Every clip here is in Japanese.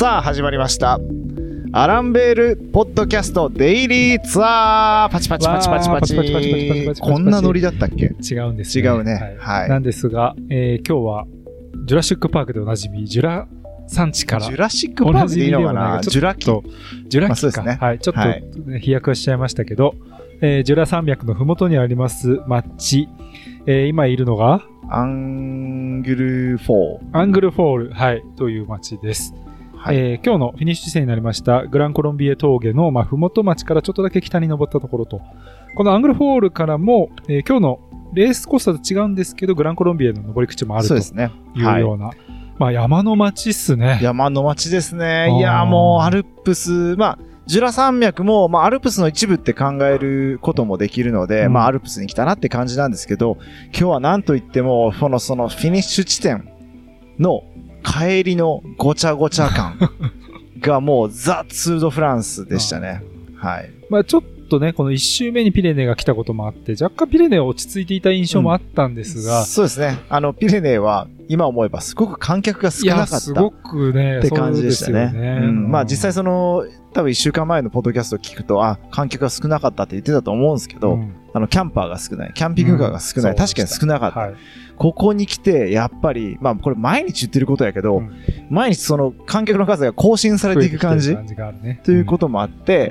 さあ始まりました。アランベールポッドキャストデイリーツアー。パチパチパチパチパチ。こんなノリだったっけ？ 違うんですね。 違うね。はい。 なんですが、今日はジュラシックパークでおなじみジュラ産地からジュラシックパークでいいのかな？ジュラ紀か、ね、はい。ちょっと、飛躍はしちゃいましたけど、ジュラ山脈のふもとにあります町、今いるのがアングルフォール、 はい、という町です。 はい。 今日のフィニッシュ地点になりましたグランコロンビエ峠の、ふもと町からちょっとだけ北に登ったところと、このアングルフォールからも、今日のレースコースと違うんですけど、グランコロンビエの登り口もあるというような、山の町っすね。 山の町ですね。いや、もうアルプス、ジュラ山脈も、アルプスの一部って考えることもできるので、アルプスに来たなって感じなんですけど、今日は何と言っても、そのフィニッシュ地点の帰りのごちゃごちゃ感がもうザ・ツード・フランスでしたね。はい。 ちょっとね、この1周目にピレネが来たこともあって、若干ピレネは落ち着いていた印象もあったんですが、 そうですね。ピレネは今思えばすごく観客が少なかった。 すごくね、 って感じでしたね。実際多分1週間前のポッドキャストを聞くと、観客が少なかったって言ってたと思うんですけど、キャンパーが少ない、キャンピングカーが少ない、確かに少なかった。ここに来て、やっぱり、これ毎日言ってることやけど、毎日その観客の数が更新されていく感じということもあって、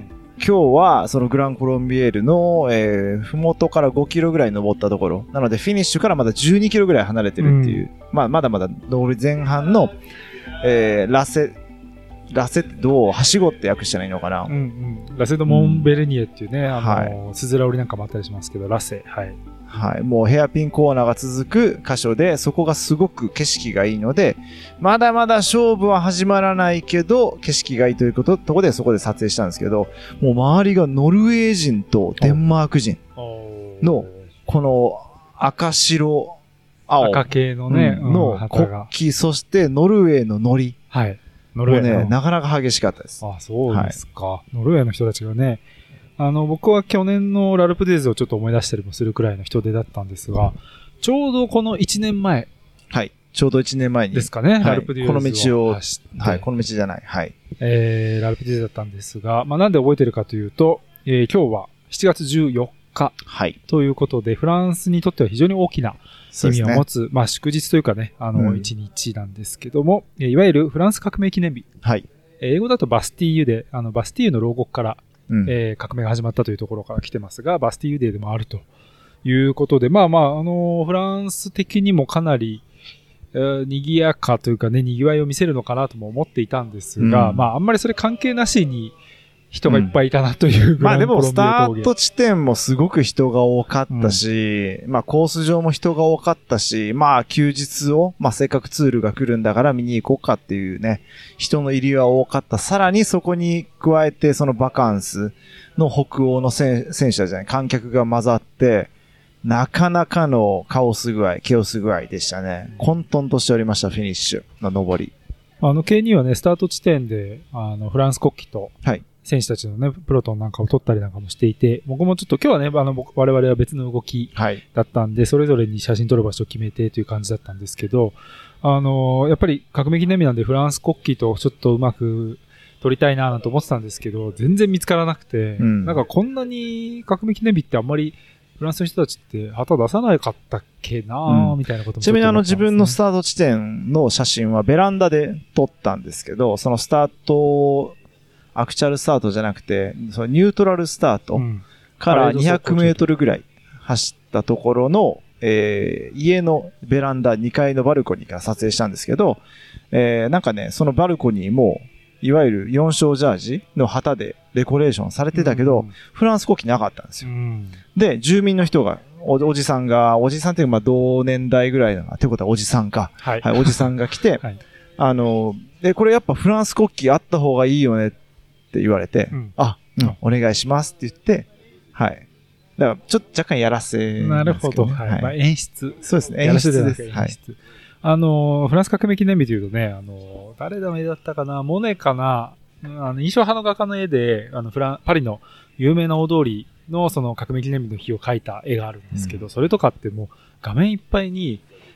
今日はそのグランコロンビエールの、ふもとから5キロぐらい登ったところ、なのでフィニッシュからまだ12キロぐらい離れてるっていう、まだまだ登り前半の、ラセってどうはしごって訳したらいいのかな、 ラセド・モンベルニエっていうね、スズラ折りなんかもあったりしますけど、ラセ、 はい。もうヘアピンコーナーが続く箇所で、そこがすごく景色がいいので、まだまだ勝負は始まらないけど、景色がいいというところでそこで撮影したんですけど、もう周りがノルウェー人とデンマーク人の、この赤白青赤系のね、 の国旗、そしてノルウェーのノリ。 はい。 ノルウェーね、なかなか激しかったです。 そうですか。ノルウェーの人たちがね、僕は去年のラルプデーズをちょっと思い出したりもするくらいの人手だったんですが、ちょうどこの1年前。 はい。ちょうど1年前に。 ですかね、ラルプデーズをこの道を、はい、この道じゃない。はい。 ラルプデーズだったんですが、なんで覚えてるかというと、今日は7月14日。 はい。 ということで、フランスにとっては非常に大きな意味を持つ、祝日というかね、1日なんですけども、いわゆるフランス革命記念日。 はい。 英語だとバスティーユで、バスティーユの牢獄から、革命が始まったというところから来てますが、バスティーユデーでもあるということで、フランス的にもかなり、賑やかというかね、賑わいを見せるのかなとも思っていたんですが、あんまりそれ関係なしに人がいっぱいいたなというぐらいのでもスタート地点もすごく人が多かったし、コース上も人が多かったし、休日を、せっかくツールが来るんだから見に行こうかっていうね、人の入りは多かった。さらにそこに加えてそのバカンスの北欧の選手じゃない、観客が混ざって、なかなかのケオス具合でしたね。混沌としておりました、フィニッシュの上り。 K2 はね、スタート地点で、フランス国旗と、 はい。 選手たちのね、プロトンなんかを取ったりなんかもしていて、僕もちょっと今日はね、我々は別の動きだったんで、それぞれに写真撮る場所を決めてという感じだったんですけど、やっぱり革命記念日なんでフランス国旗とちょっとうまく撮りたいななんて思ってたんですけど、全然見つからなくて、なんかこんなに革命記念日ってあんまりフランスの人たちって旗出さなかったっけなみたいなこともちなみに自分のスタート地点の写真はベランダで撮ったんですけど、そのスタート、アクチャルスタートじゃなくて、そのニュートラルスタートから200メートルぐらい走ったところの、家のベランダ2階のバルコニーから撮影したんですけど、なんかね、そのバルコニーも、いわゆる4章ジャージの旗でデコレーションされてたけど、フランス国旗なかったんですよ。で、住民の人が、おじさんっていうか同年代ぐらいだな、ってことはおじさんか。はい、おじさんが来て、これやっぱフランス国旗あった方がいいよねって言われて、お願いしますって言って、はい。だから、ちょっと若干やらせ、 なるほど。演出。 そうですね、演出です。 はい。フランス革命記念日というとね、誰の絵だったかな、モネかな、印象派の画家の絵で、パリの有名な大通りのその革命記念日の日を描いた絵があるんですけど、それとかってもう画面いっぱいに、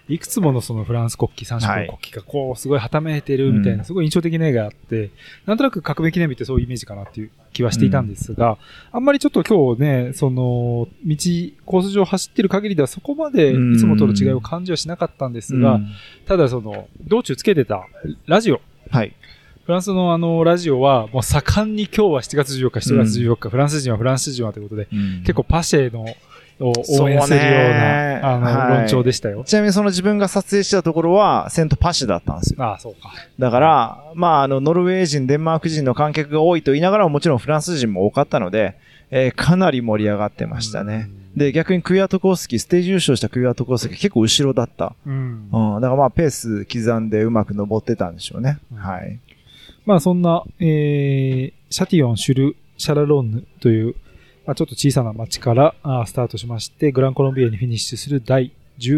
いくつものそのフランス国旗、3色の国旗がこう、すごいはためいてるみたいな、すごい印象的な絵があって、なんとなく革命記念日ってそういうイメージかなっていう気はしていたんですが、あんまりちょっと今日ね、その、コース上走ってる限りではそこまでいつもとの違いを感じはしなかったんですが、ただその、道中つけてたラジオ。 はい。 フランスのラジオは、もう盛んに今日は7月14日、7月14日、フランス人はフランス人はということで、結構パシェの、を応援するような、論調でしたよ。 ちなみにその自分が撮影したところは、セントパシェだったんですよ。 ああ、そうか。 だから、まあ、ノルウェー人、デンマーク人の観客が多いと言いながらも、もちろんフランス人も多かったので、かなり盛り上がってましたね。で、逆にクイアトコースキ、ステージ優勝したクイアトコースキ結構後ろだった。だからまあ、ペース刻んでうまく登ってたんでしょうね。はい。 まあそんな、シャティオン・シュル・シャラロンヌという、まあ、ちょっと小さな町からスタートしまして、グランコロンビエにフィニッシュする第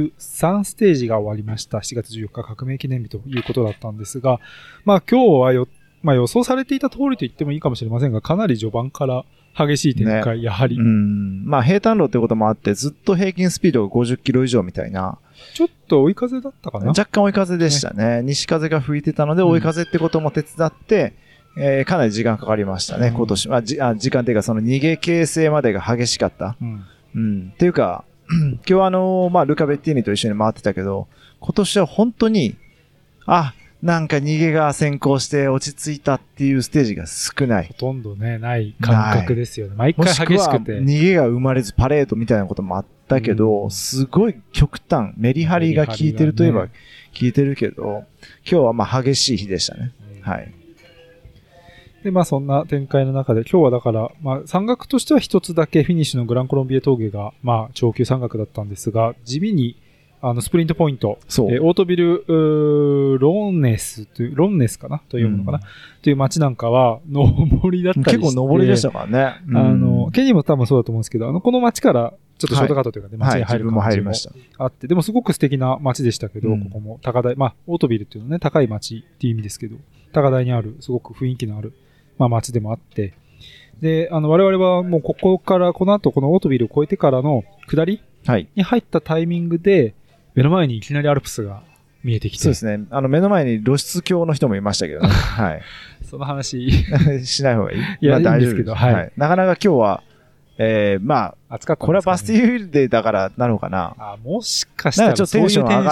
13ステージが終わりました。7月14日革命記念日ということだったんですが、まあ今日はまあ予想されていた通りと言ってもいいかもしれませんが、かなり序盤から激しい展開、ね、やはり。 まあ平坦路ってこともあって、ずっと平均スピードが50キロ以上みたいな。 ちょっと追い風だったかな？ 若干追い風でしたね。西風が吹いてたので、追い風ってことも手伝って、かなり時間かかりましたね、今年。時間っていうか、その逃げ形成までが激しかった。っていうか、今日まあ、ルカ・ベッティーニと一緒に回ってたけど、今年は本当に、なんか逃げが先行して落ち着いたっていうステージが少ない。 ほとんどね、ない感覚ですよね。毎回激しくて。もしくは逃げが生まれずパレードみたいなこともあったけど、すごい極端、メリハリが効いてるといえば効いてるけど、今日はまあ激しい日でしたね。はい。 で、まあそんな展開の中で、今日はだから、まあ山岳としては一つだけフィニッシュのグランコロンビエ峠が、まあ長級山岳だったんですが、地味に、スプリントポイント、オートビル、ロンネスかなというものかな、という街なんかは、上りだったりして。 結構上りでしたからね。 ケニーも多分そうだと思うんですけど、この街から、ちょっとショートカットというかね、街に入る感じもあって、でもすごく素敵な街でしたけど、ここも高台、まあ、オートビルっていうのはね、高い街っていう意味ですけど、高台にある、すごく雰囲気のある、まあ街でもあって、で、我々はもうここから、この後このオートビルを越えてからの下りに入ったタイミングで、目の前にいきなりアルプスが見えてきて。 そうですね。目の前に露出狂の人もいましたけどね。はい。 その話しない方がいい？ いや、大丈夫ですけど、はい。 なかなか今日は、まあ、 暑かった、 これはバスティールデーだからなのかな。 もしかしたらちょっとテンション上がって、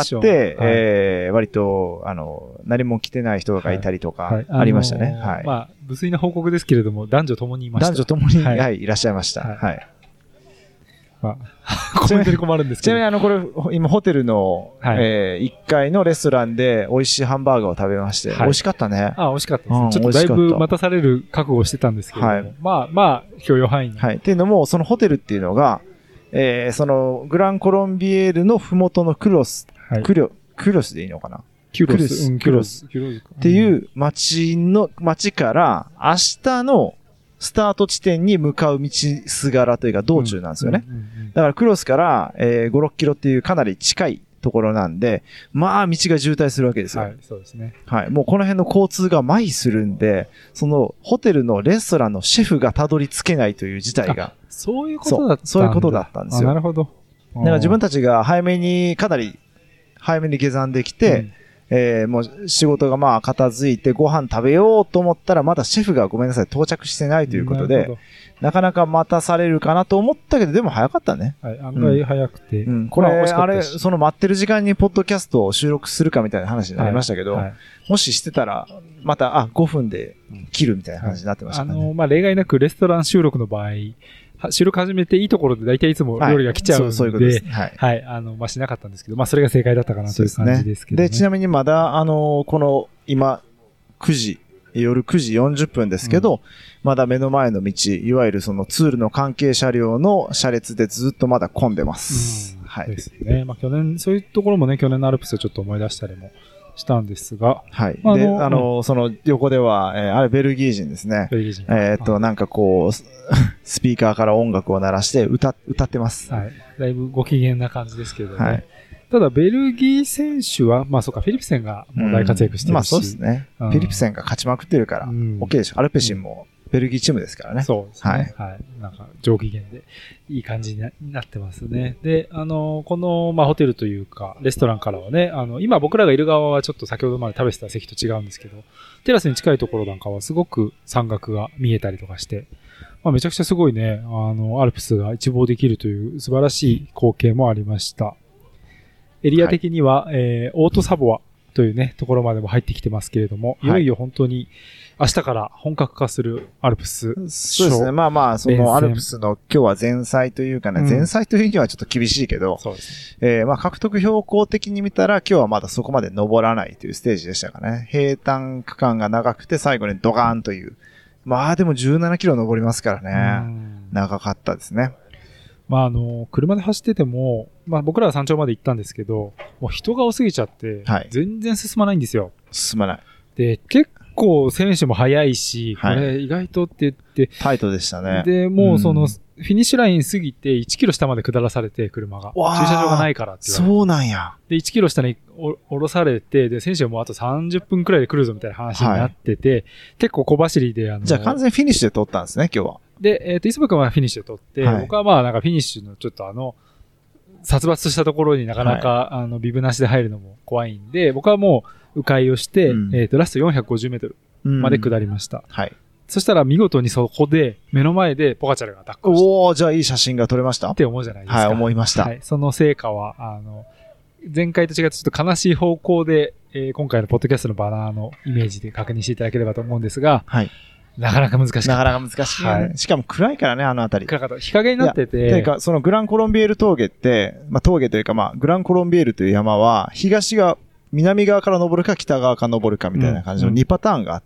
割と、何も着てない人がいたりとか、ありましたね。はい。 まあ、無粋な報告ですけれども、男女ともにいました。 男女ともに、はい、いらっしゃいました。はい。 コメントに困るんですけど。 ちなみにこれ、今ホテルの、1階のレストランで美味しいハンバーガーを食べまして、美味しかったね。 美味しかったです。ちょっとだいぶ待たされる覚悟をしてたんですけども、まあ、許容範囲に。 はい。っていうのも、そのホテルっていうのが、その、グランコロンビエールのふもとのクロスでいいのかな？ キュロス。 っていう町から、明日のスタート地点に向かう道すがらというか道中なんですよね。だからクロスから、5、6キロっていうかなり近いところなんで、まあ道が渋滞するわけですよ。 はい、そうですね。 はい。もうこの辺の交通が麻痺するんで、そのホテルのレストランのシェフがたどり着けないという事態が。 そういうことだったんだ。 そういうことだったんですよ。 なるほど。 だから自分たちがかなり早めに下山できて、もう仕事がまあ片付いてご飯食べようと思ったらまだシェフがごめんなさい到着してないということで、なかなか待たされるかなと思ったけど、でも早かったね。 はい、案外早くて。 これ、その待ってる時間にポッドキャストを収録するかみたいな話になりましたけど、もししてたら、また、5分で切るみたいな話になってましたね。 まあ例外なくレストラン収録の場合、収録始めていいところで大体いつも料理が来ちゃうんで、そういうことです。はい。まあしなかったんですけど、まあそれが正解だったかなという感じですけどね。 で、ちなみにまだ、この、今、夜9時40分ですけど、まだ目の前の道、いわゆるそのツールの関係車両の車列でずっとまだ混んでます。はい。 ですね。まあ去年、そういうところもね、去年のアルプスをちょっと思い出したりもしたんですが。 はい。で、その横では、あれベルギー人ですね。 ベルギー人。 なんかこう、スピーカーから音楽を鳴らして歌ってます。 はい。だいぶご機嫌な感じですけどね。はい。ただ、ベルギー選手は、まあそうか、フィリプセンがもう大活躍してるし。 まあそうですね。フィリプセンが勝ちまくってるから、OK でしょ。アルペシンもベルギーチームですからね。 そうですね。はい。なんか上機嫌でいい感じになってますね。で、この、ホテルというか、レストランからはね、今僕らがいる側はちょっと先ほどまで食べてた席と違うんですけど、テラスに近いところなんかはすごく山岳が見えたりとかして、めちゃくちゃすごいね、アルプスが一望できるという素晴らしい光景もありました。エリア的には、オートサボアというね、ところまでも入ってきてますけれども、いよいよ本当に明日から本格化するアルプス。 そうですね。そのアルプスの今日は前菜というかね、前菜というにはちょっと厳しいけど、 そうですね。 獲得標高的に見たら今日はまだそこまで登らないというステージでしたかね。平坦区間が長くて最後にドカーンという。でも17キロ登りますからね。長かったですね。 車で走ってても、僕らは山頂まで行ったんですけど、もう人が多すぎちゃって、全然進まないんですよ。 進まない。 で、結構選手も速いし、これ意外とって言って。 タイトでしたね。 で、もうフィニッシュライン過ぎて1キロ下まで下らされて、車が。駐車場がないからって言われて。 そうなんや。 で、1キロ下に降ろされて、で、選手はもうあと30分くらいで来るぞみたいな話になってて、結構小走りでじゃあ完全フィニッシュで取ったんですね、今日は。 で、磯部君はフィニッシュで取って、僕はなんかフィニッシュのちょっと殺伐したところになかなか、ビブなしで入るのも怖いんで、僕はもう迂回をして、ラスト450メートルまで下りました。そしたら見事にそこで、目の前でポカチャルがアタックして。 じゃあいい写真が撮れましたって思うじゃないですか。 思いました。 その成果は、前回と違ってちょっと悲しい方向で、今回のポッドキャストのバナーのイメージで確認していただければと思うんですが、なかなか難しかった。 なかなか難しい。しかも暗いからね、あの辺り。 暗かった。日陰になってて。 てか、そのグランコロンビエール峠って、峠というかグランコロンビエールという山は、南側から登るか北側から登るかみたいな感じの2パターンがあって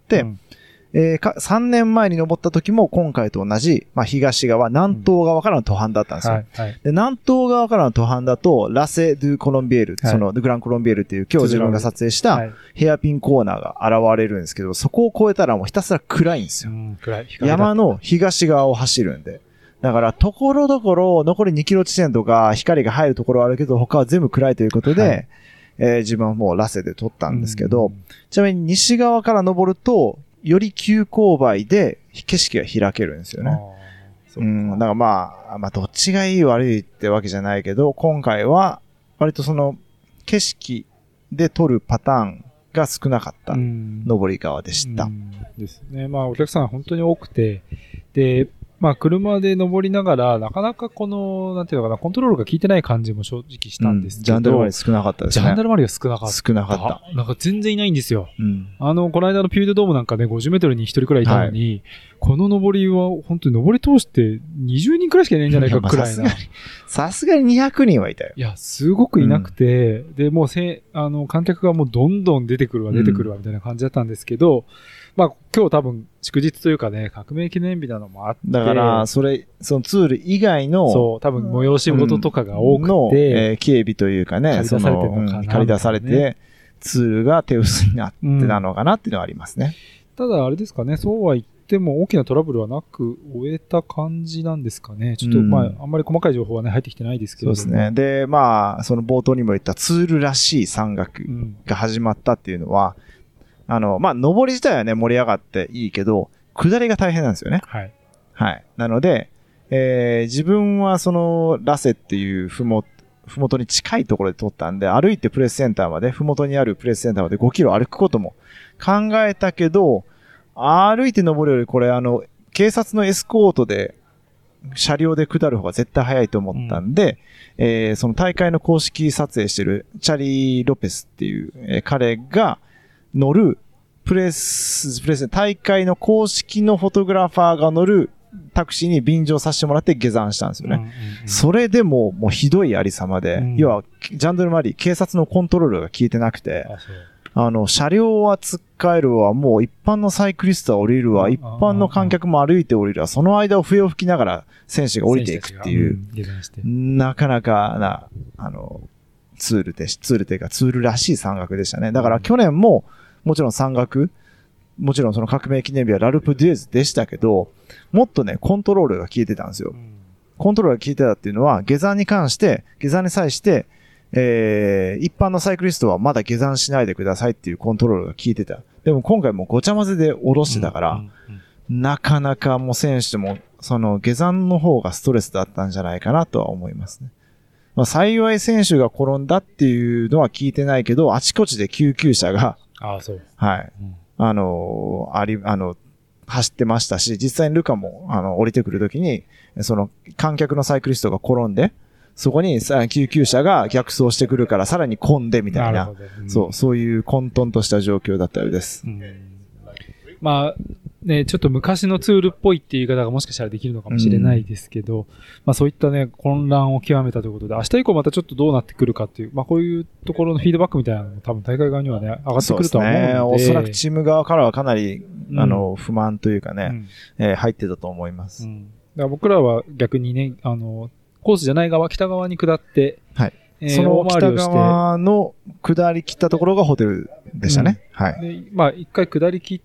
、3年前に登った時も今回と同じ、東側、南東側からの途半だったんですよ。で、南東側からの途半だと、ラセ・ドゥ・コロンビエール、そのグランコロンビエールっていう今日自分が撮影したヘアピンコーナーが現れるんですけど、そこを越えたらもうひたすら暗いんですよ。山の東側を走るんで。だから、ところどころ、残り2キロ地点とか光が入るところはあるけど、他は全部暗いということで、自分はもうラセで撮ったんですけど、ちなみに西側から登ると、より急勾配で景色が開けるんですよね。だからどっちがいい悪いってわけじゃないけど、今回は割とその景色で撮るパターンが少なかった登り側でした。 ですね。お客さん本当に多くて、で、車で登りながら、なかなかなんていうのかな、コントロールが効いてない感じも正直したんですけど。 ジャンダルマリ少なかったですね。 ジャンダルマリが少なかった。 少なかった。 なんか全然いないんですよ。この間のピュードドームなんかね、50メートルに1人くらいいたのに、この登りは本当に登り通して20人くらいしかいないんじゃないかくらいな。 さすがに200人はいたよ。 いや、すごくいなくて、で、もう観客がもうどんどん出てくるわみたいな感じだったんですけど、今日多分祝日というかね、革命記念日なのもあって。 だから、そのツール以外の、 多分催し事とかが多くて、 警備というかね、借り出されて、ツールが手薄になってなのかなっていうのはありますね。 ただあれですかね、そうは言っても大きなトラブルはなく終えた感じなんですかね。ちょっとあんまり細かい情報はね、入ってきてないですけど。 そうですね。で、その冒頭にも言ったツールらしい山岳が始まったっていうのは、登り自体はね、盛り上がっていいけど、下りが大変なんですよね。なので、自分はその、ラセっていうふもとに近いところで撮ったんで、歩いてプレスセンターまで、ふもとにあるプレスセンターまで5キロ歩くことも考えたけど、歩いて登るよりこれ警察のエスコートで、車両で下る方が絶対早いと思ったんで、その大会の公式撮影してるチャリ・ロペスっていう、彼が乗る大会の公式のフォトグラファーが乗るタクシーに便乗させてもらって下山したんですよね。それでもうひどいありさまで、要はジャンドルマリー警察のコントロールが効いてなくて、車両は突っかえるわ、もう一般のサイクリストは降りるわ、一般の観客も歩いて降りるわ、その間を笛を吹きながら選手が降りていくっていう、なかなかな、ツールというかツールらしい山岳でしたね。だから去年も、もちろん山岳、もちろんその革命記念日はラルプデュエーズでしたけど、もっとね、コントロールが効いてたんですよ。コントロールが効いてたっていうのは、下山に際して、一般のサイクリストはまだ下山しないでくださいっていうコントロールが効いてた。でも今回もごちゃ混ぜで下ろしてたから、 なかなかもう選手も、その下山の方がストレスだったんじゃないかなとは思いますね。まあ、幸い選手が転んだっていうのは聞いてないけど、あちこちで救急車が、 そう。 はい。走ってましたし、実際にルカも、降りてくるときに、その観客のサイクリストが転んで、そこに救急車が逆走してくるからさらに混んでみたいな、そういう混沌とした状況だったようです。 まあ、ね、ちょっと昔のツールっぽいっていう言い方がもしかしたらできるのかもしれないですけど、まあそういったね、混乱を極めたということで、明日以降またちょっとどうなってくるかっていう、まあこういうところのフィードバックみたいなのも多分大会側にはね、上がってくるとは思うので。 そうですね。おそらくチーム側からはかなり、不満というかね、入ってたと思います。 だから僕らは逆にね、コースじゃない側、北側に下って、 はい。その北側の下り切ったところがホテルでしたね。はい。 で、まあ一回下り切って、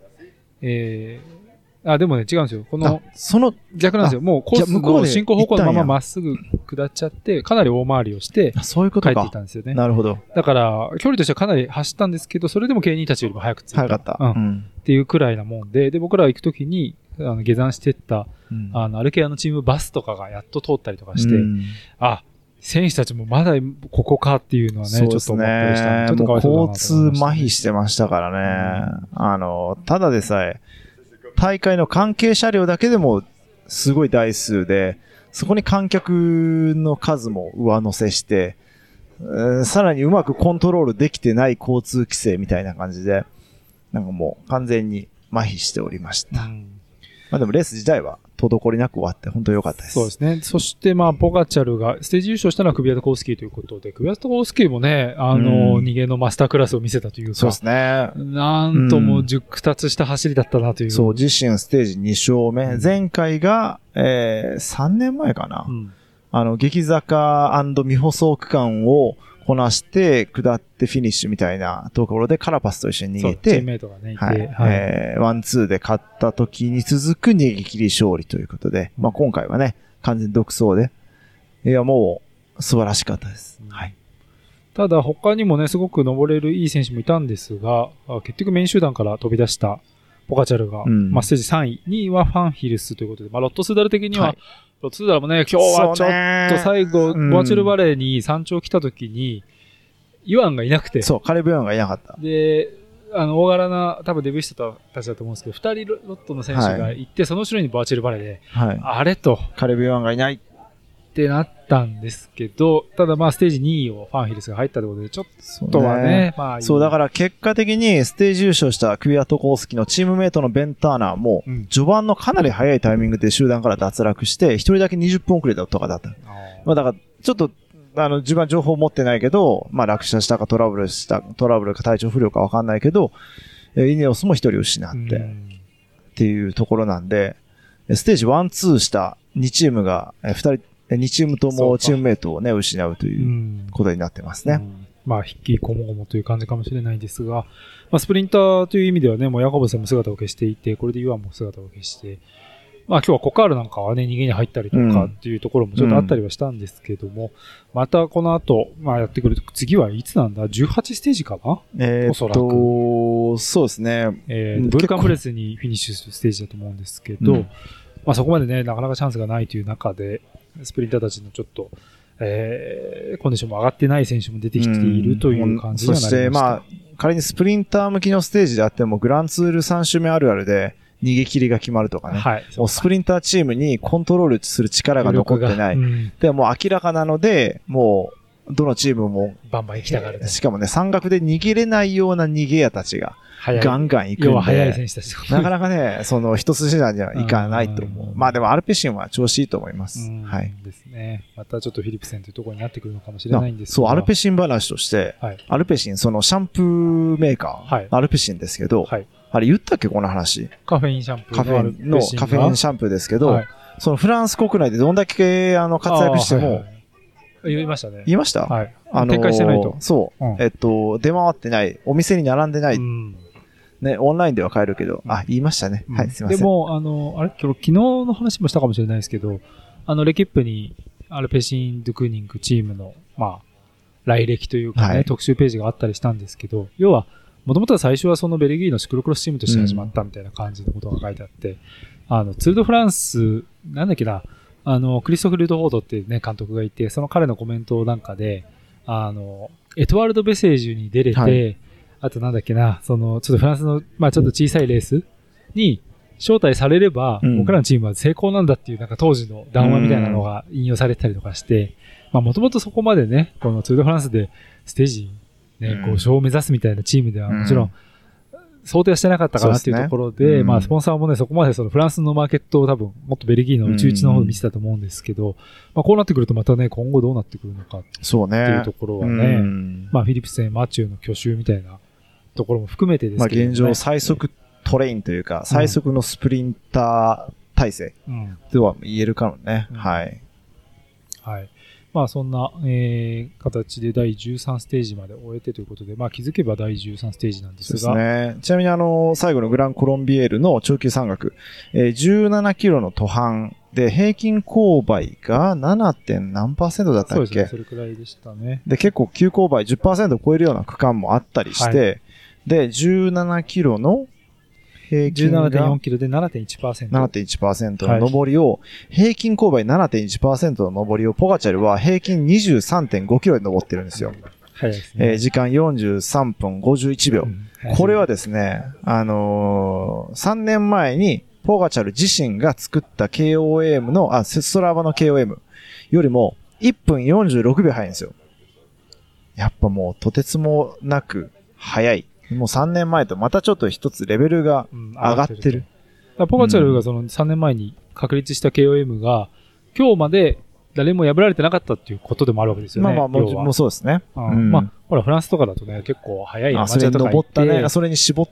でもね、違うんですよ。逆なんですよ。もうコースの進行方向のまままっすぐ下っちゃって、かなり大回りをして、 そういうことか。 帰っていたんですよね。 なるほど。 だから、距離としてはかなり走ったんですけど、それでも K2 たちよりも早く着いた。 早かった。 っていうくらいなもんで、僕ら行くときに、下山してった、アルケアのチームバスとかがやっと通ったりとかして、選手たちもまだここかっていうのはね、ちょっと思ったりしたんで、ちょっとかわいそうだなと思いましたね。 交通麻痺してましたからね。ただでさえ、大会の関係車両だけでもすごい台数で、そこに観客の数も上乗せして、さらにうまくコントロールできてない交通規制みたいな感じで、なんかもう完全に麻痺しておりました。まあでもレース自体は滞りなく終わって本当に良かったです。 そうですね。そしてまあポガチャルがステージ優勝したのはクビアトコウスキーということで、クビアトコウスキーもね、逃げのマスタークラスを見せたというか、 そうですね。 なんとも熟達した走りだったなという。 そう、自身ステージ2勝目。前回が、3年前かな。激坂&未舗装区間をこなして下ってフィニッシュみたいなところでカラパスと一緒に逃げて、 チームメイトがね、いて、 ワンツーで勝った時に続く逃げ切り勝利ということで、まあ今回はね、完全に独走で、いやもう素晴らしかったです。はい。 ただ他にもね、すごく登れるいい選手もいたんですが、結局メイン集団から飛び出したポカチャルが、まあステージ3位、2位はファンヒルスということで、まあロットスーダル的には、ロットスーダルもね、今日はちょっと最後、ボアチェルバレーに山頂来た時に、イワンがいなくて。 そう、カレブ・イワンがいなかった。 で、大柄な、多分デビューしてたたちだと思うんですけど、二人ロットの選手がいて、その後ろにボアチェルバレーで、あれと。 カレブ・イワンがいない。 ってなったんですけど、ただまあステージ2位をファンヒルスが入ったということで、ちょっとはね、まあそう、だから結果的にステージ優勝したクビアトコウスキのチームメイトのベン・ターナーも、序盤のかなり早いタイミングで集団から脱落して、一人だけ20分遅れたとかだった。まあだから、ちょっと、自分は情報持ってないけど、まあ落車したかトラブルか体調不良かわかんないけど、イネオスも一人失って、っていうところなんで、ステージ1、2した2チームが、2チームともチームメイトをね、失うということになってますね。 まあ、引きこもごもという感じかもしれないですが、まあ、スプリンターという意味ではね、もうヤコブさんも姿を消していて、これでユアンも姿を消して、まあ今日はコカールなんかはね、逃げに入ったりとかっていうところもちょっとあったりはしたんですけども、またこの後、まあやってくると、次はいつなんだ ?18 ステージかなおそらく。 そうですね。 ブルカンプレスにフィニッシュするステージだと思うんですけど、まあそこまでね、なかなかチャンスがないという中で、スプリンターたちのちょっと、コンディションも上がってない選手も出てきているという感じにはなりました。 そしてまあ、仮にスプリンター向きのステージであっても、グランツール3周目あるあるで、逃げ切りが決まるとかね。はい。もうスプリンターチームにコントロールする力が残ってない。でもう明らかなので、もう、どのチームも、 バンバン行きたがる、ね。 しかもね、山岳で逃げれないような逃げ屋たちが、ガンガン行くんで。 要は速い選手たち。 なかなかね、一筋縄にはいかないと思う。まあでもアルペシンは調子いいと思います。はい。 ですね。またちょっとフィリプセンというところになってくるのかもしれないんですが。 そう、アルペシン話として、アルペシン、シャンプーメーカー、アルペシンですけど、あれ言ったっけこの話。 カフェインシャンプー。 カフェインシャンプーですけど、そのフランス国内でどんだけ活躍しても、 言いましたね。 言いましたはい。展開してないと。 そう。出回ってない。お店に並んでない。ね、オンラインでは買えるけど、言いましたね。はい、すいません。 でも、昨日の話もしたかもしれないですけど、レキップにアルペシン・ドゥクーニングチームの、まあ、来歴というかね、特集ページがあったりしたんですけど、要は、 もともとは最初はそのベルギーのシクロクロスチームとして始まったみたいな感じのことが書いてあって、ツール・ド・フランス、なんだっけな、クリストフ・ルードフォードっていうね、監督がいて、その彼のコメントなんかで、エトワルド・ベセージュに出れて、はい、あとなんだっけな、ちょっとフランスの、ちょっと小さいレースに招待されれば、僕らのチームは成功なんだっていう、なんか当時の談話みたいなのが引用されたりとかして、もともとそこまでね、このツール・ド・フランスでステージね、5勝を目指すみたいなチームではもちろん、想定はしてなかったかなっていうところで、スポンサーもね、そこまでそのフランスのマーケットを多分、もっとベルギーの内々の方で見せたと思うんですけど、こうなってくるとまたね、今後どうなってくるのかっていうところはね、フィリプセン、マチューの去就みたいなところも含めてですけどね。 現状最速トレインというか、最速のスプリンター体制とは言えるかもね。はい。はい。 そんな、形で第13ステージまで終えてということで、気づけば第13ステージなんですが。 そうですね。ちなみに最後のグランコロンビエールの長級山岳、17キロの途半で平均勾配が 7. 何%だったっけ？ そうですね。それくらいでしたね。 で、結構急勾配 10% を超えるような区間もあったりして、はい、で、17キロの平均が 17.4 キロで 7.1%。 7.1% の上りを、平均勾配 7.1% の上りをポガチャルは平均 23.5 キロで上ってるんですよ。 早いですね。 時間43分51秒。これはですね、3年前にポガチャル自身が作った KOM の、ストラバの KOM よりも1分46秒早いんですよ。やっぱもうとてつもなく早い。もう3年前とまたちょっと一つレベルが上がってる。 ポガチャルがその3年前に確立した KOM が、今日まで誰も破られてなかったっていうことでもあるわけですよね。 もうそうですね。 ほら、フランスとかだとね、結構早い山茶とか行って、 それに絞った、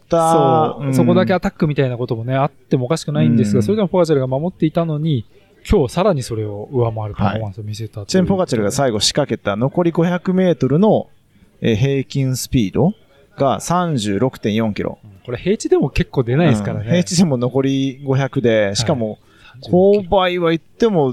そこだけアタックみたいなこともね、あってもおかしくないんですが、それでもポガチャルが守っていたのに、今日さらにそれを上回るパフォーマンスを見せた。 ちなみにポガチャルが最後仕掛けた残り500メートルの平均スピードが 36.4 キロ。 これ平地でも結構出ないですからね。 平地でも残り500で、しかも、勾配は言っても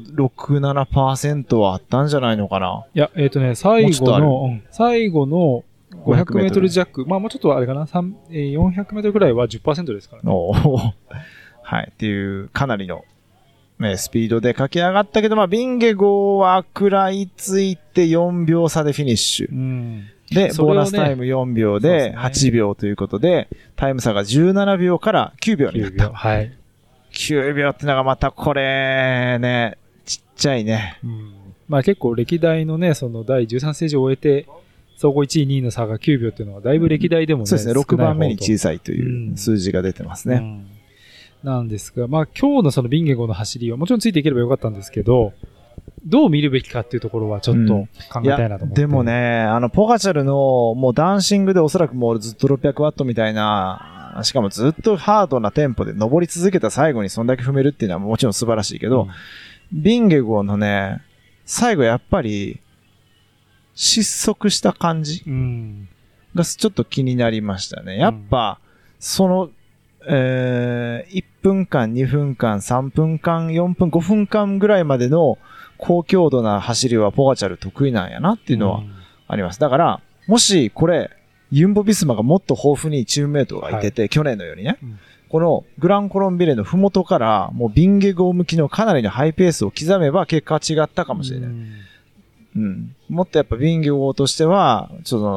6、7% はあったんじゃないのかな。 いや、最後の500メートル弱、もうちょっとあれかな、400メートルくらいは 10% ですからね。 はい。っていう、かなりの、スピードで駆け上がったけど、ビンゲゴは食らいついて4秒差でフィニッシュ。で、ボーナスタイム4秒で8秒ということで、タイム差が17秒から9秒になった。 はい。 9秒ってのがまたこれね、ちっちゃいね。 結構歴代のね、その第13ステージを終えて、総合1位、2位の差が9秒っていうのはだいぶ歴代でもね、 そうですね、6番目に小さいという数字が出てますね。 なんですが、今日のそのビンゲゴの走りはもちろんついていければよかったんですけど、どう見るべきかっていうところはちょっと考えたいなと思って。 でもね、ポガチャルのもうダンシングでおそらくもうずっと600ワットみたいな、しかもずっとハードなテンポで登り続けた最後にそんだけ踏めるっていうのはもちろん素晴らしいけど、ビンゲゴのね、最後やっぱり失速した感じがちょっと気になりましたね。やっぱ、その、1分間、2分間、3分間、4分、5分間ぐらいまでの高強度な走りはポガチャル得意なんやなっていうのはあります。だから、もしこれ、ユンボビスマがもっと豊富にチームメイトがいてて、去年のようにね、このグランコロンビレのふもとからもうビンゲゴ向きのかなりのハイペースを刻めば結果は違ったかもしれない。もっとやっぱビンゲゴとしては、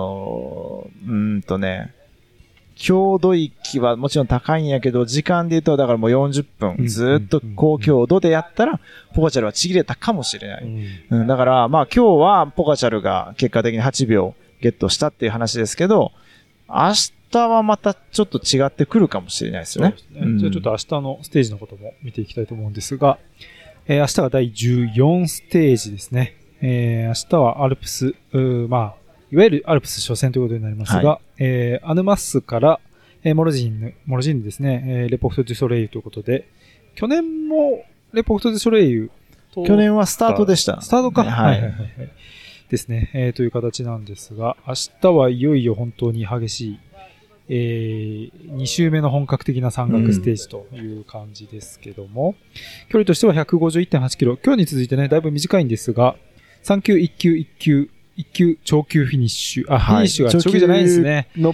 強度域はもちろん高いんやけど、時間で言うと、だからもう40分、ずっと高強度でやったら、ポガチャルはちぎれたかもしれない。だから、今日はポガチャルが結果的に8秒ゲットしたっていう話ですけど、明日はまたちょっと違ってくるかもしれないですよね。 じゃあちょっと明日のステージのことも見ていきたいと思うんですが、明日は第14ステージですね。明日はアルプス、いわゆるアルプス初戦ということになりますが、アヌマッスから、モロジーヌですね、レポフト・デュ・ソレイユということで、去年もレポフト・デュ・ソレイユ去年はスタートでした。 スタートか。はい。ですね、という形なんですが、明日はいよいよ本当に激しい、2周目の本格的な山岳ステージという感じですけども、距離としては 151.8 キロ。今日に続いてね、だいぶ短いんですが、3級、1級、1級、1級、長級フィニッシュ。フィニッシュは長級じゃないですね。 登っ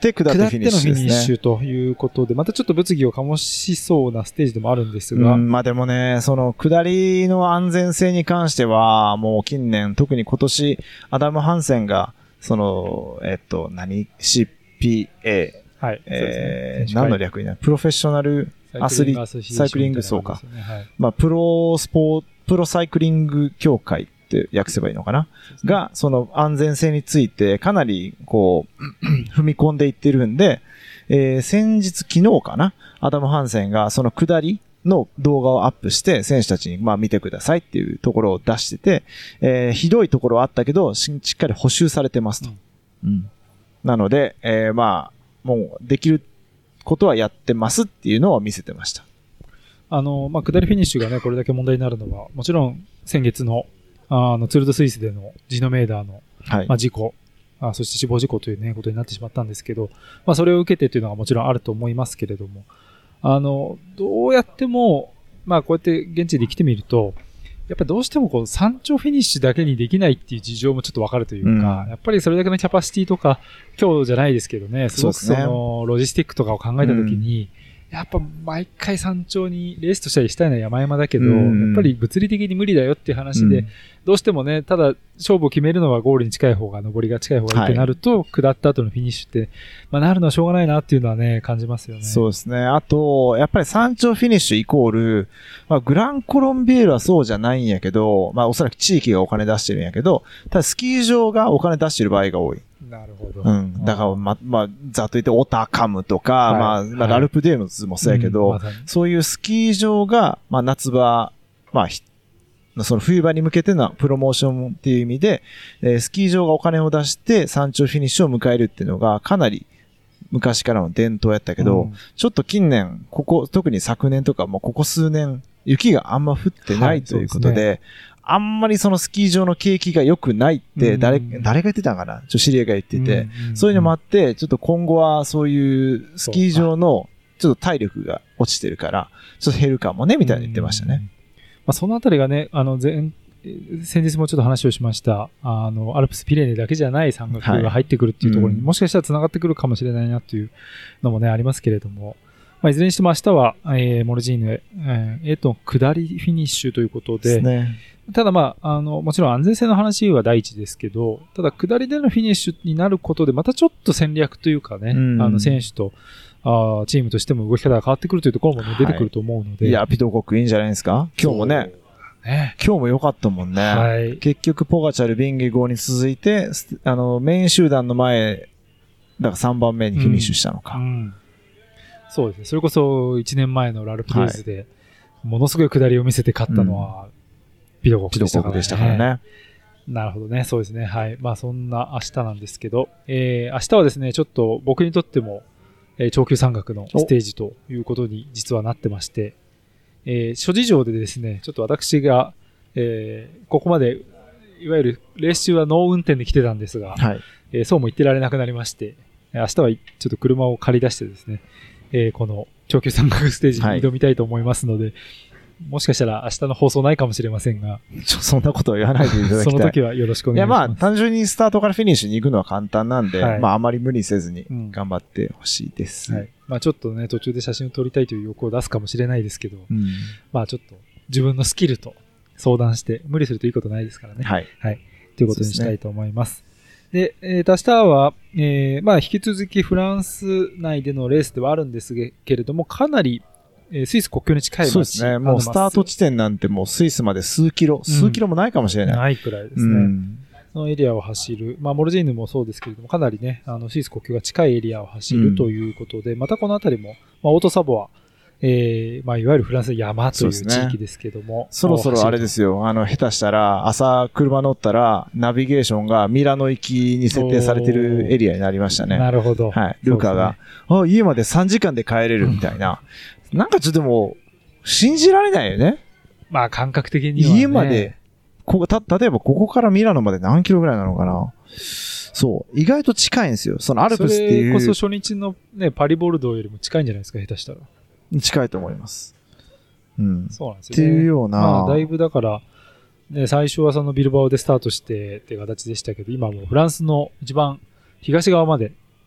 って下ってフィニッシュですね。 下ってのフィニッシュということで、またちょっと物議を醸しそうなステージでもあるんですが。 まあでもね、その下りの安全性に関しては、もう近年、特に今年、アダム・ハンセンが、CPA、 はい。 何の略になる？プロフェッショナルサイクリングそうか。まあ、プロサイクリング協会って訳せばいいのかな、が、その安全性についてかなり、こう、踏み込んでいってるんで、先日昨日かな、アダム・ハンセンがその下りの動画をアップして選手たちにまあ見てくださいっていうところを出してて、ひどいところはあったけどしっかり補修されてますと。なので、まあ、もうできることはやってますっていうのを見せてました。 まあ、下りフィニッシュがね、これだけ問題になるのは、もちろん先月の、ツール・ド・スイスでのジノメーダーの、まあ、事故、そして死亡事故というね、ことになってしまったんですけど、まあ、それを受けてというのがもちろんあると思いますけれども、どうやっても、まあ、こうやって現地で来てみると、やっぱりどうしてもこう山頂フィニッシュだけにできないっていう事情もちょっとわかるというか、やっぱりそれだけのキャパシティとか、今日じゃないですけどね、すごくそのロジスティックとかを考えたときに、やっぱ毎回山頂にレースとしたりしたいのは山々だけど、やっぱり物理的に無理だよっていう話で、どうしてもね、ただ勝負を決めるのはゴールに近い方が、上りが近い方がいいってなると、下った後のフィニッシュって、まあなるのはしょうがないなっていうのはね、感じますよね。 そうですね。あと、やっぱり山頂フィニッシュイコール、まあグランコロンビエルはそうじゃないんやけど、まあおそらく地域がお金出してるんやけど、ただスキー場がお金出してる場合が多い。 なるほど。 だから、まあ、ざっと言ってオタカムとか、まあ、ラルプデーノズもそうやけど、そういうスキー場が、まあ、夏場、まあ、その冬場に向けてのプロモーションっていう意味で、スキー場がお金を出して山頂フィニッシュを迎えるっていうのがかなり昔からの伝統やったけど、ちょっと近年、特に昨年とかもここ数年、雪があんま降ってないということで、あんまりそのスキー場の景気が良くないって、誰が言ってたんかな？知り合いが言ってて、そういうのもあって、ちょっと今後はそういうスキー場のちょっと体力が落ちてるから、ちょっと減るかもね、みたいに言ってましたね。 まあ、そのあたりがね、先日もちょっと話をしました、アルプスピレネだけじゃない山岳が入ってくるっていうところに、もしかしたら繋がってくるかもしれないなというのもね、ありますけれども、まあ、いずれにしても明日は、モルジーヌへ、下りフィニッシュということで、ただまあ、もちろん安全性の話は第一ですけど、ただ下りでのフィニッシュになることで、またちょっと戦略というかね、選手と、チームとしても動き方が変わってくるというところもね、出てくると思うので。 いや、ピトコックいいんじゃないですか？今日もね。今日も良かったもんね。結局、ポガチャル、ビンゲゴーに続いて、メイン集団の前、だから3番目にフィニッシュしたのか。 そうですね。それこそ1年前のラルプデイズで、ものすごい下りを見せて勝ったのは、ピトコックでしたからね。なるほどね。そうですね。はい。まあそんな明日なんですけど、明日はですね、ちょっと僕にとっても、長級山岳のステージということに実はなってまして、諸事情でですね、ちょっと私が、ここまで、いわゆるレース中はノー運転で来てたんですが、そうも言ってられなくなりまして、明日はちょっと車を借り出してですね、この長級山岳ステージに挑みたいと思いますので、もしかしたら明日の放送ないかもしれませんが。 そんなことは言わないでいただきたい。 その時はよろしくお願いします。 いやまあ単純にスタートからフィニッシュに行くのは簡単なんで、まああまり無理せずに頑張ってほしいです。 まあちょっとね、途中で写真を撮りたいという欲を出すかもしれないですけど、まあちょっと自分のスキルと相談して無理するといいことないですからね。はい。ということにしたいと思います。で、明日は、まあ引き続きフランス内でのレースではあるんですけれども、かなりスイス国境に近い街。 そうですね。もうスタート地点なんてもうスイスまで数キロもないかもしれない。 ないくらいですね。そのエリアを走る。まあ、モルジーヌもそうですけれども、かなりね、スイス国境が近いエリアを走るということで、またこのあたりも、まあ、オートサボは、まあ、いわゆるフランス山という地域ですけども。 そろそろあれですよ。下手したら、朝車乗ったら、ナビゲーションがミラノ行きに設定されてるエリアになりましたね。 なるほど。 はい。ルカが、家まで3時間で帰れるみたいな。なんかちょっともう、信じられないよね。 まあ感覚的には、ね。 家まで、例えばここからミラノまで何キロぐらいなのかな。そう。意外と近いんですよ。そのアルプスっていう。 それこそ初日のね、パリボルドーよりも近いんじゃないですか、下手したら。 近いと思います。 そうなんですよね。 っていうような。 まあだいぶだから、ね、最初はそのビルバオでスタートしてっていう形でしたけど、今もうフランスの一番東側まで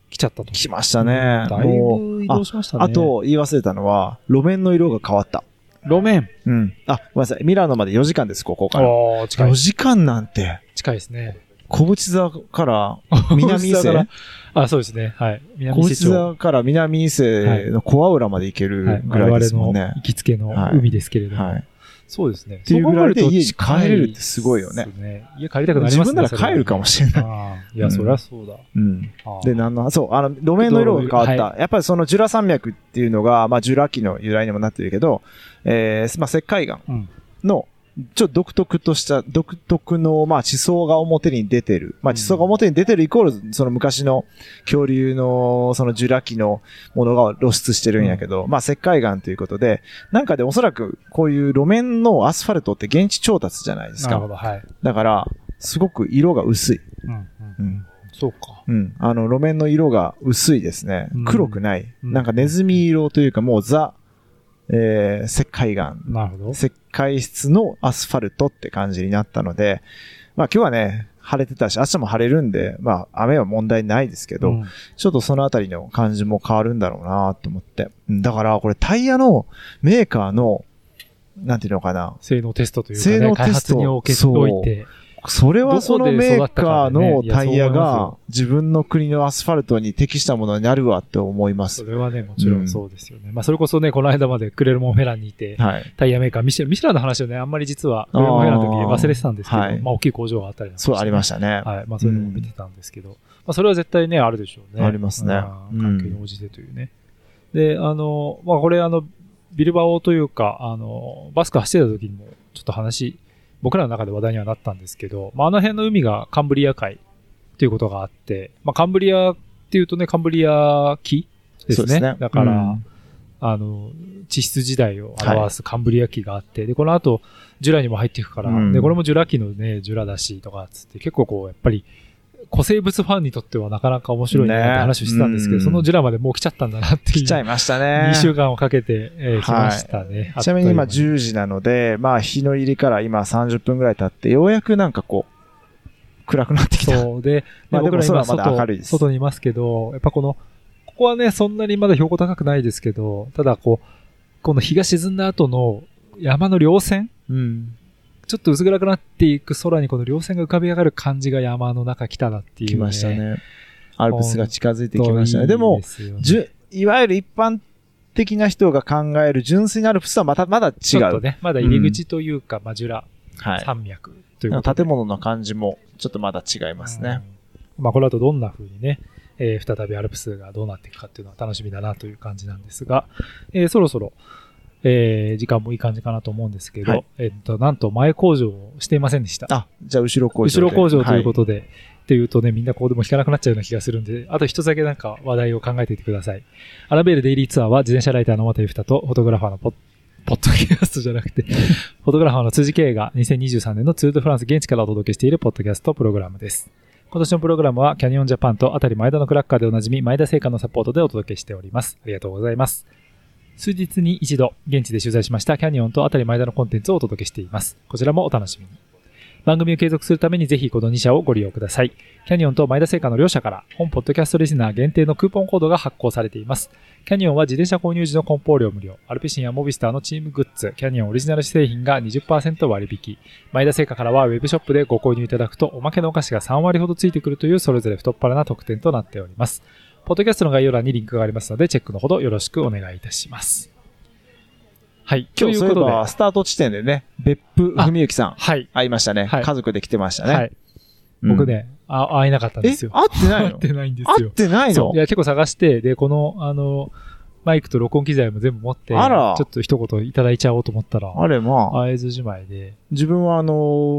来ちゃったと。 来ましたね。 だいぶ移動しましたね。 あと、言い忘れたのは、路面の色が変わった。 路面。 うん。ごめんなさい。ミラノまで4時間です、ここから。 近い。 4時間なんて。 近いですね。 小淵沢から南伊勢。 そうですね。はい。 小淵沢から南伊勢の小浦まで行けるぐらいですもんね。 我々の行きつけの海ですけれども。はい。そうですね。 っていうぐらいで家に帰れるってすごいよね。 家帰りたくなりますね。 自分なら帰るかもしれない。 いや、そりゃそうだ。 うん。で、路面の色が変わった。やっぱりそのジュラ山脈っていうのが、ジュラ紀の由来にもなってるけど、石灰岩の、ちょっと独特の、地層が表に出てる。地層が表に出てるイコール、その昔の恐竜の、そのジュラ紀のものが露出してるんやけど、石灰岩ということで、なんかでおそらくこういう路面のアスファルトって現地調達じゃないですか。 なるほど、はい。 だから、すごく色が薄い。 そうか。 路面の色が薄いですね。黒くない。なんかネズミ色というかもう石灰岩。 なるほど。 石灰質のアスファルトって感じになったので、今日はね、晴れてたし、明日も晴れるんで、雨は問題ないですけど、ちょっとそのあたりの感じも変わるんだろうなと思って。だから、これタイヤのメーカーの、なんていうのかな。 性能テストというか、ね、性能テスト開発において。 それはそのメーカーのタイヤが自分の国のアスファルトに適したものになるわって思います。 それはね、もちろんそうですよね。それこそね、この間までクレルモンフェランにいて、タイヤメーカー、ミシェランの話をね、あんまり実はクレルモンフェランの時忘れてたんですけど、大きい工場があったりなんかして、 そう、ありましたね。 はい。そういうのも見てたんですけど、それは絶対ね、あるでしょうね。 ありますね。 環境に応じてというね。で、これビルバオというか、バスク走ってた時にも、ちょっと僕らの中で話題にはなったんですけど、あの辺の海がカンブリア海っていうことがあって、カンブリアっていうとね、カンブリア紀ですね。だから、地質時代を表すカンブリア紀があって、で、この後、ジュラにも入っていくから、で、これもジュラ紀のね、ジュラだしとかつって、結構やっぱり、古生物ファンにとってはなかなか面白いなって話をしてたんですけど、そのジュラまでもう来ちゃったんだなっていう。 来ちゃいましたね。 2週間をかけて、来ましたね。 ちなみに今10時なので、日の入りから今30分ぐらい経って、ようやくなんか暗くなってきた。 そうで、僕ら今外にいますけど、やっぱここはね、そんなにまだ標高高くないですけど、ただこの日が沈んだ後の山の稜線、ちょっと薄暗くなっていく空にこの稜線が浮かび上がる感じが山の中来たなっていう、ね。 来ましたね。アルプスが近づいてきましたね。でも、いわゆる一般的な人が考える純粋なアルプスはまだ違う。ちょっとね、まだ入り口というか、ジュラ山脈ということで、 建物の感じもちょっとまだ違いますね。 この後どんな風にね、再びアルプスがどうなっていくかっていうのは楽しみだなという感じなんですが、そろそろ、時間もいい感じかなと思うんですけど、なんと前工場をしていませんでした。 じゃあ後ろ工場。 後ろ工場ということで、っていうとね、みんなこうでも弾かなくなっちゃうような気がするんで、あと一つだけなんか話題を考えていてください。アラベールデイリーツアーは自転車ライターの又由太とフォトグラファーのポッドキャストじゃなくて、フォトグラファーの辻圭が2023年のツールドフランス現地からお届けしているポッドキャストプログラムです。今年のプログラムはキャニオンジャパンとあたり前田のクラッカーでおなじみ前田製菓のサポートでお届けしております。ありがとうございます。数日に一度現地で取材しましたキャニオンとあたり前田のコンテンツをお届けしています。こちらもお楽しみに。番組を継続するためにぜひこの2社をご利用ください。キャニオンと前田製菓の両社から本ポッドキャストリスナー限定のクーポンコードが発行されています。キャニオンは自転車購入時の梱包料無料、アルピシンやモビスターのチームグッズ、キャニオンオリジナル製品が 20% 割引、前田製菓からはウェブショップでご購入いただくとおまけのお菓子が3割ほどついてくるというそれぞれ太っ腹な特典となっております。ポッドキャストの概要欄にリンクがありますのでチェックのほどよろしくお願いいたします。はい。 今日そういえばスタート地点でね、別府文幸さん。会いましたね。家族で来てましたね。はい。 僕ね、会えなかったんですよ。 会ってないの？ 会ってないんですよ。 会ってないの？ いや、結構探して、で、この、マイクと録音機材も全部持って、ちょっと一言いただいちゃおうと思ったら、会えずじまいで。 自分は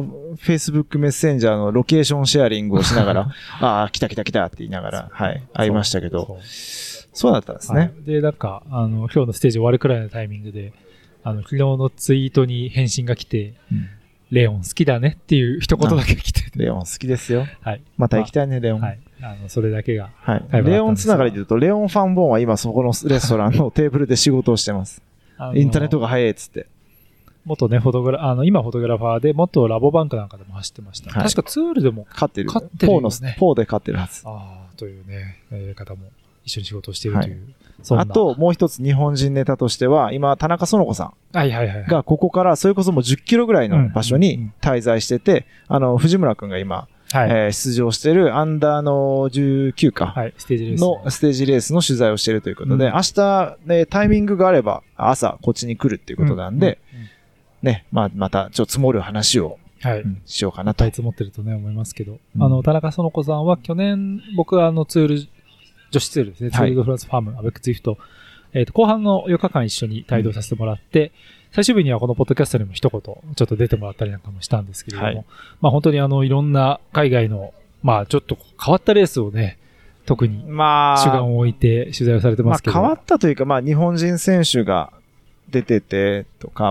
Facebook メッセンジャーのロケーションシェアリングをしながら、来たって言いながら、会いましたけど、そうだったんですね。 で、なんか、今日のステージ終わるくらいのタイミングで、昨日のツイートに返信が来て、レオン好きだねっていう一言だけ来て、 レオン好きですよ。 はい。 また行きたいね、レオン。 はい。それだけが。 はい。レオンつながりで言うと、レオンファンボンは今そこのレストランのテーブルで仕事をしてます。インターネットが早いっつって。 元ね、今フォトグラファーで、元ラボバンクなんかでも走ってました。確かツールでも勝ってる。 ポーで勝ってるはず。 というね、方も一緒に仕事をしているという。 あと、もう一つ日本人ネタとしては、今、田中園子さんがここからそれこそもう10キロぐらいの場所に滞在してて、藤村くんが今、出場しているアンダーの19かステージレースの取材をしているということで、明日、タイミングがあれば朝こっちに来るっていうことなんで、ね、またちょっと積もる話をしようかなと。 積もってるとね、思いますけど、田中園子さんは去年、僕はツール、女子ツールですね、ツールドフランスファーム、アベックツイフト、後半の4日間一緒に帯同させてもらって、最終日にはこのポッドキャストにも一言、ちょっと出てもらったりなんかもしたんですけれども、本当にいろんな海外の、ちょっと変わったレースをね、特に主眼を置いて取材をされてますけど。 変わったというか、日本人選手が出ててとか、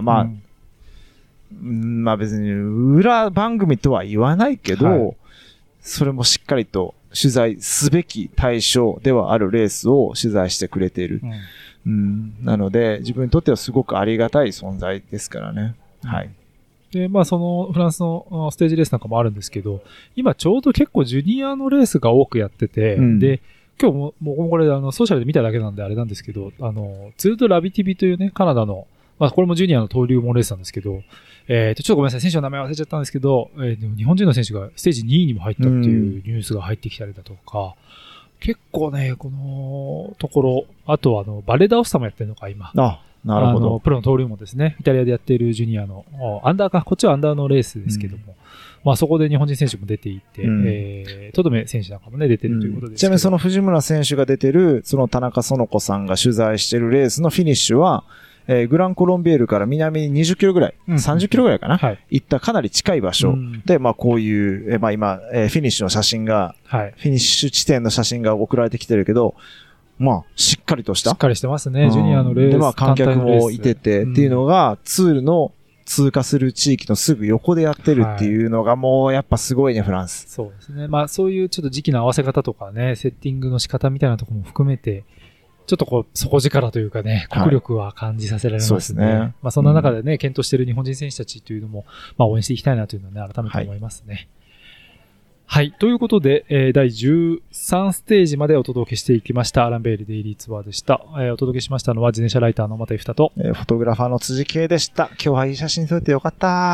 別に裏番組とは言わないけど、それもしっかりと取材すべき対象ではあるレースを取材してくれている。なので、自分にとってはすごくありがたい存在ですからね。 で、そのフランスのステージレースなんかもあるんですけど、今ちょうど結構ジュニアのレースが多くやってて、で、今日もこれソーシャルで見ただけなんであれなんですけど、ツールドラビティビというね、カナダの、これもジュニアの登竜門レースなんですけど、ちょっとごめんなさい、選手の名前忘れちゃったんですけど、日本人の選手がステージ2位にも入ったっていうニュースが入ってきたりだとか、結構ね、このところ、あとはバレダオスタもやってるのか、今。 なるほど。 プロの登竜門ですね。イタリアでやっているジュニアの、アンダーか、こっちはアンダーのレースですけども、そこで日本人選手も出ていて、トドメ選手なんかもね、出てるということです。 ちなみにその藤村選手が出てる、その田中園子さんが取材してるレースのフィニッシュは、グランコロンビエールから南に20キロぐらい、30キロぐらいかな、行ったかなり近い場所で、こういう、今、フィニッシュの写真が、フィニッシュ地点の写真が送られてきてるけど、しっかりとした。 しっかりしてますね、ジュニアのレース。 で、観客もいてて、っていうのが、ツールの通過する地域のすぐ横でやってるっていうのがもうやっぱすごいね、フランス。 そうですね。そういうちょっと時期の合わせ方とかね、セッティングの仕方みたいなところも含めて、ちょっと底力というかね、国力は感じさせられますね。そうですね。そんな中でね、検討している日本人選手たちというのも、応援していきたいなというのはね、改めて思いますね。はい。ということで、第13ステージまでお届けしていきました。アランベイルデイリーツアーでした。お届けしましたのは自転車ライターの又井二と、 フォトグラファーの辻圭でした。今日はいい写真撮れてよかった。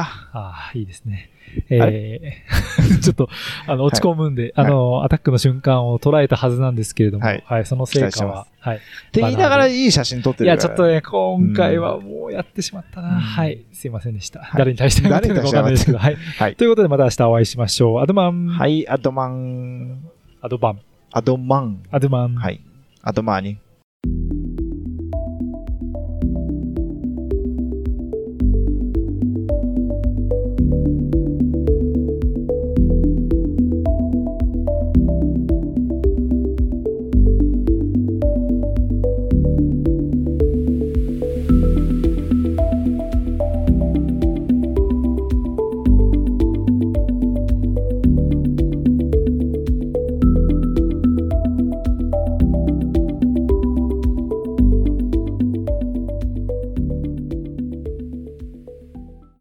いいですね。ちょっと、落ち込むんで、アタックの瞬間を捉えたはずなんですけれども、その成果は、 って言いながらいい写真撮ってるから。 いや、ちょっとね、今回はもうやってしまったな。すいませんでした。誰に対してやってるのかわかんないですけど、ということでまた明日お会いしましょう。アドマン。 はい、アドマン。 アドバン。 アドマン。 アドマン。 はい。アドマーニ。